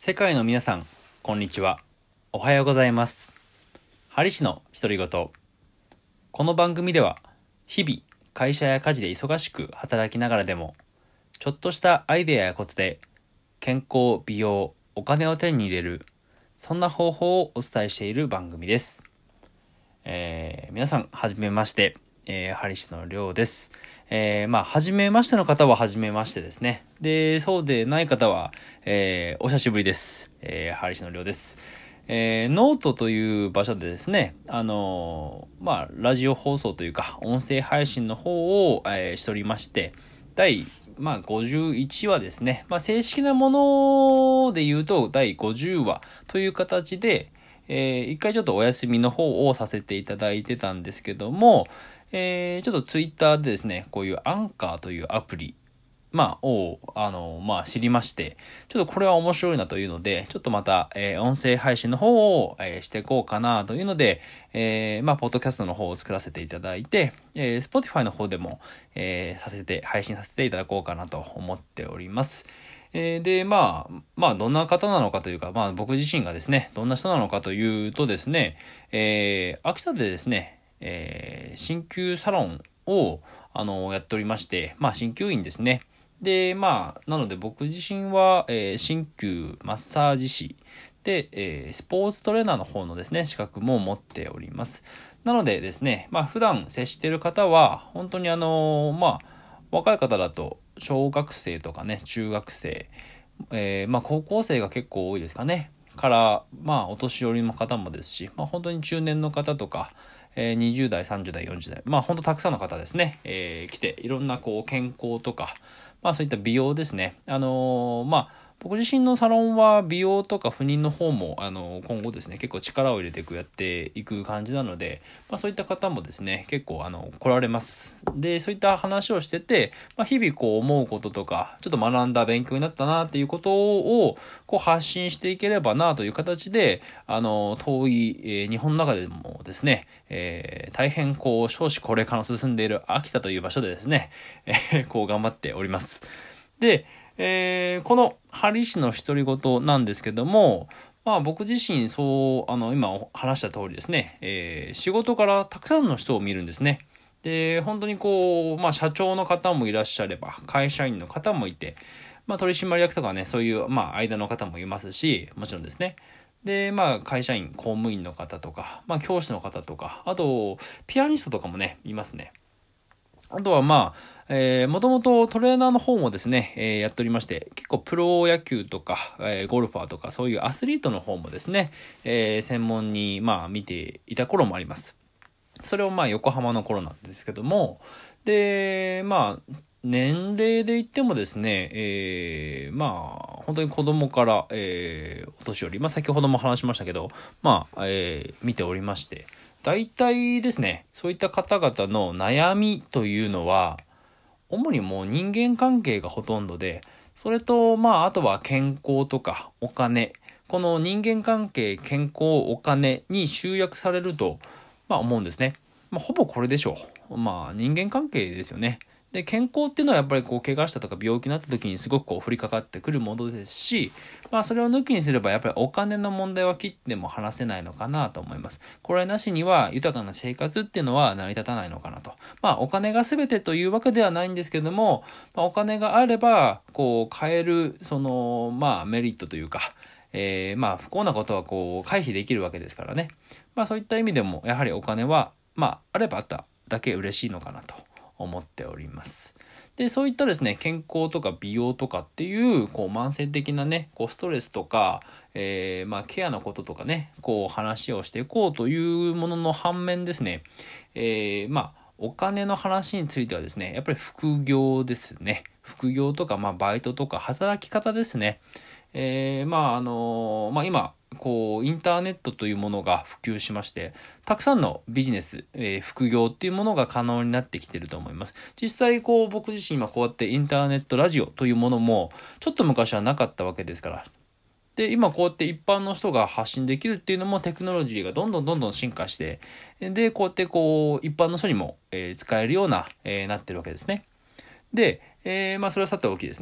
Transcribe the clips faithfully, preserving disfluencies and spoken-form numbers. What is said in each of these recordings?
世界の皆さん、こんにちは。おはようございます。ハリ氏の独り言。この番組では、日々会社や家事で忙しく働きながらでも、ちょっとしたアイデアやコツで健康、美容、お金を手に入れる、そんな方法をお伝えしている番組です。えー、皆さん、はじめまして、えー、ハリ氏のりょうです。えー、まあ、はじめましての方ははじめましてですね。で、そうでない方は、えー、お久しぶりです。えー、ハリ氏のりょうです。えー、ノートという場所でですね、あのー、まあ、ラジオ放送というか、音声配信の方を、えー、しておりまして、第、まあ、ごじゅういちわですね。まあ、正式なもので言うと、第ごじゅうわという形で、えー、一回ちょっとお休みの方をさせていただいてたんですけども、えー、ちょっとツイッターでですね、こういうアンカーというアプリ、まあ、を、あの、まあ、知りまして、ちょっとこれは面白いなというので、ちょっとまた、えー、音声配信の方を、えー、していこうかなというので、えー、まあ、ポッドキャストの方を作らせていただいて、えー、Spotify の方でも、えー、させて、配信させていただこうかなと思っております。えー、で、まあ、まあ、どんな方なのかというか、まあ、僕自身がですね、どんな人なのかというとですね、えー、秋田でですね、えー、鍼灸サロンを、あの、やっておりまして、まあ、鍼灸院ですね。で、まあ、なので僕自身は、えー、鍼灸マッサージ師で、えー、スポーツトレーナーの方のですね、資格も持っております。なのでですね、まあ、普段接している方は、本当にあのー、まあ、若い方だと、小学生とかね、中学生、えー、まあ、高校生が結構多いですかね。から、まあ、お年寄りの方もですし、まあ、本当に中年の方とか、えー、にじゅう代、さんじゅう代、よんじゅう代、まあ、本当たくさんの方ですね、えー、来て、いろんなこう、健康とか、まあ、そういった美容ですね。あのー、まあ、僕自身のサロンは美容とか不妊の方も、あのー、今後ですね、結構力を入れていく、やっていく感じなので、まあ、そういった方もですね、結構、あの、来られます。で、そういった話をしてて、まあ、日々こう思うこととか、ちょっと学んだ勉強になったなっていうことを、こう発信していければなという形で、あの、遠い、えー、日本の中でもですね、えー、大変こう、少子高齢化の進んでいる秋田という場所でですね、えー、こう頑張っております。で、えー、このハリ氏の独り言なんですけども、まあ僕自身そう、あの、今話した通りですね、えー、仕事からたくさんの人を見るんですね。で、本当にこう、まあ社長の方もいらっしゃれば、会社員の方もいて、まあ取締役とかね、そういう、まあ間の方もいますし、もちろんですね。で、まあ会社員、公務員の方とか、まあ教師の方とか、あと、ピアニストとかもね、いますね。あとはまあ、えー、もともとトレーナーの方もですね、えー、やっておりまして、結構プロ野球とか、えー、ゴルファーとか、そういうアスリートの方もですね、えー、専門にまあ見ていた頃もあります。それをまあ横浜の頃なんですけども、で、まあ、年齢で言ってもですね、えー、まあ、本当に子供から、えー、お年寄り、まあ先ほども話しましたけど、まあ、えー、見ておりまして、大体ですね、そういった方々の悩みというのは、主にもう人間関係がほとんどで、それと、まあ、あとは健康とかお金、この人間関係、健康、お金に集約されると、まあ思うんですね。まあ、ほぼこれでしょう。まあ、人間関係ですよね。で、健康っていうのはやっぱりこう、怪我したとか病気になった時にすごくこう、降りかかってくるものですし、まあ、それを抜きにすればやっぱりお金の問題は切っても話せないのかなと思います。これなしには豊かな生活っていうのは成り立たないのかなと。まあ、お金が全てというわけではないんですけども、まあ、お金があれば、こう、買える、その、まあ、メリットというか、えー、まあ、不幸なことはこう、回避できるわけですからね。まあ、そういった意味でも、やはりお金は、まあ、あればあっただけ嬉しいのかなと思っております。で、そういったですね、健康とか美容とかっていう、こう、慢性的なね、こう、ストレスとか、えー、まあ、ケアのこととかね、こう、話をしていこうというものの反面ですね、えー、まあ、お金の話についてはですね、やっぱり副業ですね。副業とか、まあ、バイトとか、働き方ですね。えー、まあ、あのー、まあ、今、こう、インターネットというものが普及しまして、たくさんのビジネス、えー、副業っていうものが可能になってきていると思います。実際、こう、僕自身今こうやってインターネットラジオというものも、ちょっと昔はなかったわけですから。で、今こうやって一般の人が発信できるっていうのもテクノロジーがどんどんどんどん進化して、で、こうやってこう、一般の人にも、えー、使えるような、えー、なってるわけですね。で、えー、まあ、それはさておきですね。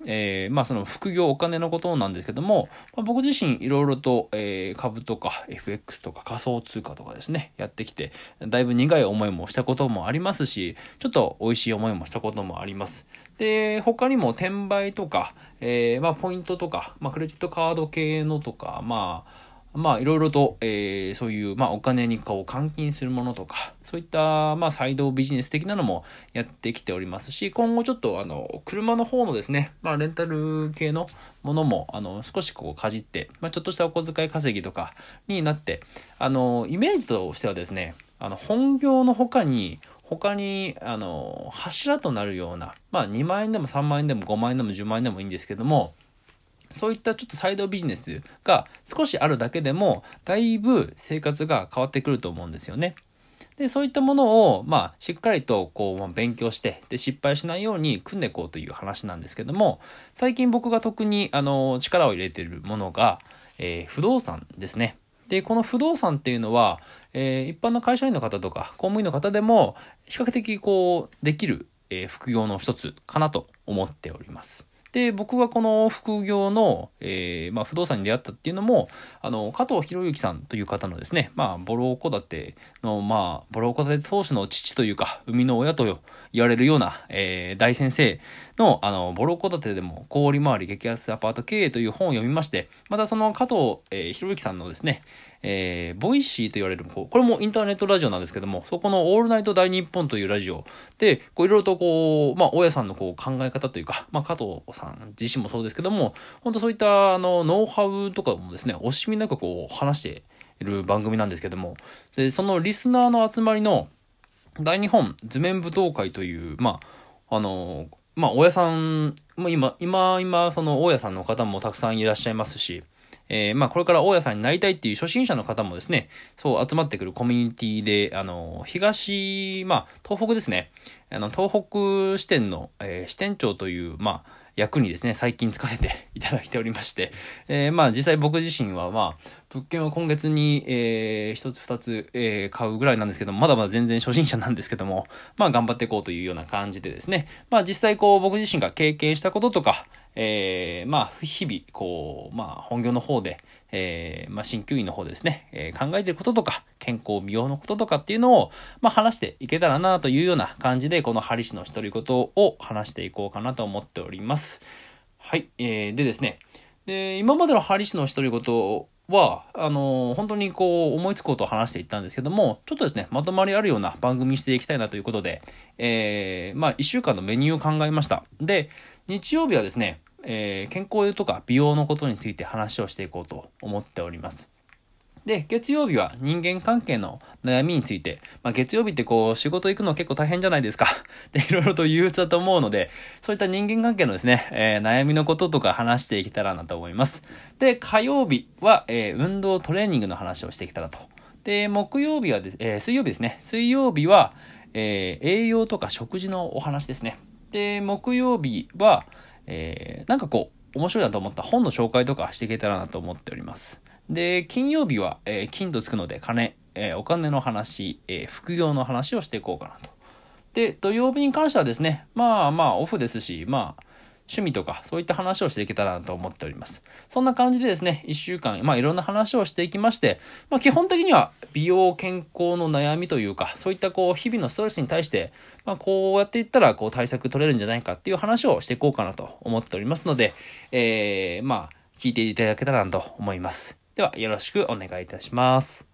えー、まあその副業お金のことなんですけども、まあ、僕自身いろいろと、えー、株とか エフエックス とか仮想通貨とかですね、やってきて、だいぶ苦い思いもしたこともありますし、ちょっと美味しい思いもしたこともあります。で、他にも転売とか、えー、まあポイントとか、まあクレジットカード系のとか、まあ、まあいろいろと、えー、そういう、まあお金にこう換金するものとか、そういった、まあサイドビジネス的なのもやってきておりますし、今後ちょっとあの、車の方のですね、まあレンタル系のものも、あの、少しこうかじって、まあちょっとしたお小遣い稼ぎとかになって、あの、イメージとしてはですね、あの、本業の他に、他に、あの、柱となるような、まあにまん円でもさんまん円でもごまん円でもじゅうまん円でもいいんですけども、そういったちょっとサイドビジネスが少しあるだけでも、だいぶ生活が変わってくると思うんですよね。で、そういったものを、まあ、しっかりと、こう、まあ、勉強して、で、失敗しないように組んでいこうという話なんですけども、最近僕が特に、あの、力を入れているものが、えー、不動産ですね。で、この不動産っていうのは、えー、一般の会社員の方とか、公務員の方でも、比較的、こう、できる、えー、副業の一つかなと思っております。で、僕がこの副業の、えー、まあ、不動産に出会ったっていうのも、あの、加藤博之さんという方のですね、まあ、ボロ戸建ての、まあ、ボロ戸建て投資の父というか、生みの親と言われるような、えー、大先生の、あの、ボロ戸建てでも、小売回り激安アパート経営という本を読みまして、またその加藤、えー、博之さんのですね、えー、ボイシーと言われる、これもインターネットラジオなんですけども、そこのオールナイト大日本というラジオで、こういろいろとこう、まあ、大家さんのこう考え方というか、まあ、加藤さん自身もそうですけども、本当そういったあの、ノウハウとかもですね、惜しみなくこう、話している番組なんですけども、で、そのリスナーの集まりの、大日本図面舞踏会という、まあ、あの、まあ、大家さん、も今、今、今、その大家さんの方もたくさんいらっしゃいますし、えー、まあ、これから大家さんになりたいっていう初心者の方もですね、そう集まってくるコミュニティで、あの、東、まあ、東北ですね、あの、東北支店の、えー、支店長という、まあ、役にですね、最近つかせていただいておりまして、えー、まあ、実際僕自身は、まあ、物件は今月に、えー、一つ二つ、えー、買うぐらいなんですけども、まだまだ全然初心者なんですけども、まあ、頑張っていこうというような感じでですね、まあ、実際こう、僕自身が経験したこととか、えー、まあ、日々、こう、まあ、本業の方で、えー、まあ、鍼灸院の方でですね、えー、考えていることとか、健康美容のこととかっていうのを、まあ、話していけたらなというような感じで、このハリ氏の独り言を話していこうかなと思っております。はい、えー、でですね、で、今までのハリ氏の独り言は、あのー、本当にこう、思いつくことを話していったんですけども、ちょっとですね、まとまりあるような番組にしていきたいなということで、えー、まあ、一週間のメニューを考えました。で、日曜日はですね、えー、健康とか美容のことについて話をしていこうと思っております。で、月曜日は人間関係の悩みについて、まあ、月曜日ってこう仕事行くの結構大変じゃないですか。で、いろいろと憂鬱だと思うので、そういった人間関係のですね、えー、悩みのこととか話していけたらなと思います。で、火曜日は、えー、運動トレーニングの話をしていけたらと。で、木曜日はです、えー、水曜日ですね。水曜日は、えー、栄養とか食事のお話ですね。で、木曜日は、えー、なんかこう、面白いなと思った本の紹介とかしていけたらなと思っております。で、金曜日は、えー、金とつくので金、えー、お金の話、えー、副業の話をしていこうかなと。で、土曜日に関してはですね、まあまあオフですし、まあ、趣味とかそういった話をしていけたらなと思っております。そんな感じでですね、一週間、まあいろんな話をしていきまして、まあ基本的には美容健康の悩みというか、そういったこう日々のストレスに対して、まあこうやっていったらこう対策取れるんじゃないかっていう話をしていこうかなと思っておりますので、えー、まあ聞いていただけたらなと思います。ではよろしくお願いいたします。